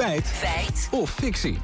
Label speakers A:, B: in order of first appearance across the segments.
A: Feit of fictie?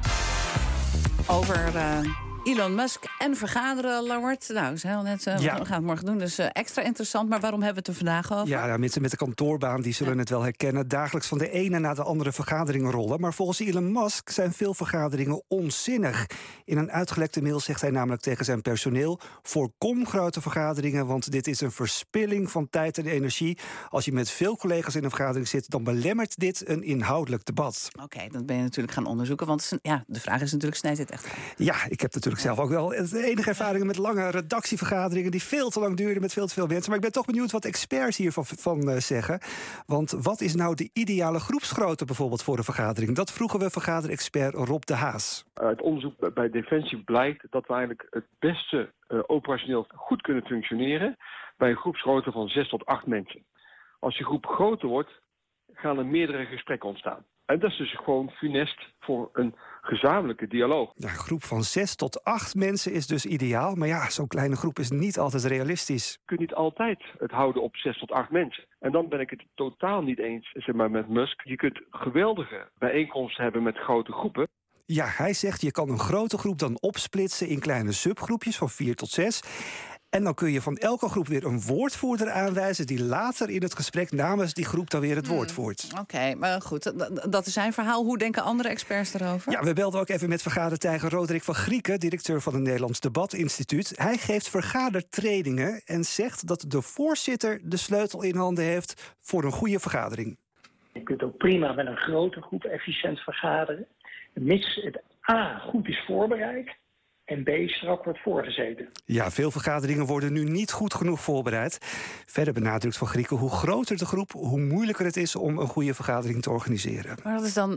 B: Over Elon Musk en vergaderen, Lammert. Nou, ze heel net, we gaan het morgen doen, dus extra interessant. Maar waarom hebben we het er vandaag over?
C: Ja, mensen met de kantoorbaan die zullen het wel herkennen. Dagelijks van de ene naar de andere vergaderingen rollen. Maar volgens Elon Musk zijn veel vergaderingen onzinnig. In een uitgelekte mail zegt hij namelijk tegen zijn personeel: voorkom grote vergaderingen, want dit is een verspilling van tijd en energie. Als je met veel collega's in een vergadering zit, dan belemmert dit een inhoudelijk debat.
B: Oké, dat ben je natuurlijk gaan onderzoeken. Want de vraag is natuurlijk, snijdt dit echt aan?
C: Ja, ik heb natuurlijk zelf ook wel enige ervaringen met lange redactievergaderingen die veel te lang duurden met veel te veel mensen. Maar ik ben toch benieuwd wat experts hiervan zeggen. Want wat is nou de ideale groepsgrootte bijvoorbeeld voor een vergadering? Dat vroegen we vergaderexpert Rob de Haas.
D: Uit onderzoek bij Defensie blijkt dat we eigenlijk het beste operationeel goed kunnen functioneren bij een groepsgrootte van 6 tot 8 mensen. Als je groep groter wordt, gaan er meerdere gesprekken ontstaan. En dat is dus gewoon funest voor een gezamenlijke dialoog.
C: Ja, een groep van 6 tot 8 mensen is dus ideaal. Maar ja, zo'n kleine groep is niet altijd realistisch.
D: Je kunt niet altijd het houden op 6 tot 8 mensen. En dan ben ik het totaal niet eens met Musk. Je kunt geweldige bijeenkomsten hebben met grote groepen.
C: Ja, hij zegt je kan een grote groep dan opsplitsen in kleine subgroepjes van 4 tot 6. En dan kun je van elke groep weer een woordvoerder aanwijzen die later in het gesprek namens die groep dan weer het woord voert.
B: Oké, maar goed, dat is zijn verhaal. Hoe denken andere experts erover?
C: Ja, we belden ook even met vergadertijger Roderick van Grieken, directeur van het Nederlands Debatinstituut. Hij geeft vergadertrainingen en zegt dat de voorzitter de sleutel in handen heeft voor een goede vergadering.
E: Je kunt ook prima met een grote groep efficiënt vergaderen, mits het A goed is voorbereid en B strak wordt voorgezeten.
C: Ja, veel vergaderingen worden nu niet goed genoeg voorbereid. Verder benadrukt Van Grieken hoe groter de groep, hoe moeilijker het is om een goede vergadering te organiseren.
B: Maar wat is dan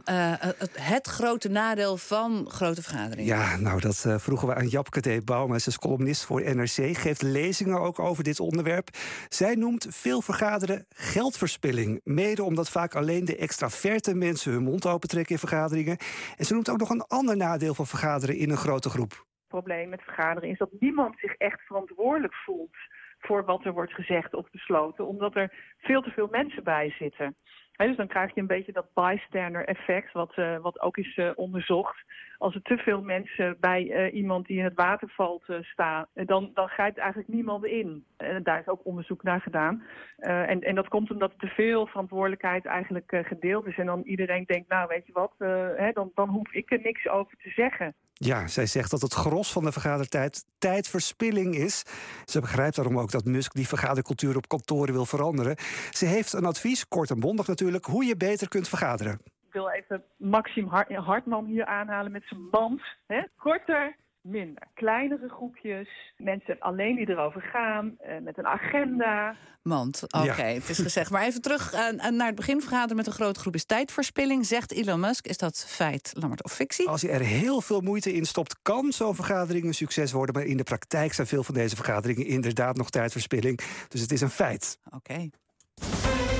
B: het grote nadeel van grote vergaderingen?
C: Ja, nou dat vroegen we aan Japke D. Bouma. Ze is columnist voor NRC, geeft lezingen ook over dit onderwerp. Zij noemt veel vergaderen geldverspilling. Mede omdat vaak alleen de extraverte mensen hun mond opentrekken in vergaderingen. En ze noemt ook nog een ander nadeel van vergaderen in een grote groep.
F: Het probleem met vergaderen is dat niemand zich echt verantwoordelijk voelt voor wat er wordt gezegd of besloten, omdat er veel te veel mensen bij zitten. Dus dan krijg je een beetje dat bystander effect, wat ook is onderzocht. Als er te veel mensen bij iemand die in het water valt staan, dan grijpt eigenlijk niemand in. Daar is ook onderzoek naar gedaan. En dat komt omdat te veel verantwoordelijkheid eigenlijk gedeeld is. En dan iedereen denkt, nou weet je wat, dan hoef ik er niks over te zeggen.
C: Ja, zij zegt dat het gros van de vergadertijd tijdverspilling is. Ze begrijpt daarom ook dat Musk die vergadercultuur op kantoren wil veranderen. Ze heeft een advies, kort en bondig natuurlijk, hoe je beter kunt vergaderen.
F: Ik wil even Maxim Hartman hier aanhalen met zijn band. Korter, minder. Kleinere groepjes, mensen alleen die erover gaan, met een agenda.
B: Oké, het is gezegd. Maar even terug naar het begin. Vergaderen met een grote groep is tijdverspilling, zegt Elon Musk. Is dat feit, Lammert, of fictie?
C: Als je er heel veel moeite in stopt, kan zo'n vergadering een succes worden. Maar in de praktijk zijn veel van deze vergaderingen inderdaad nog tijdverspilling. Dus het is een feit.
B: Oké.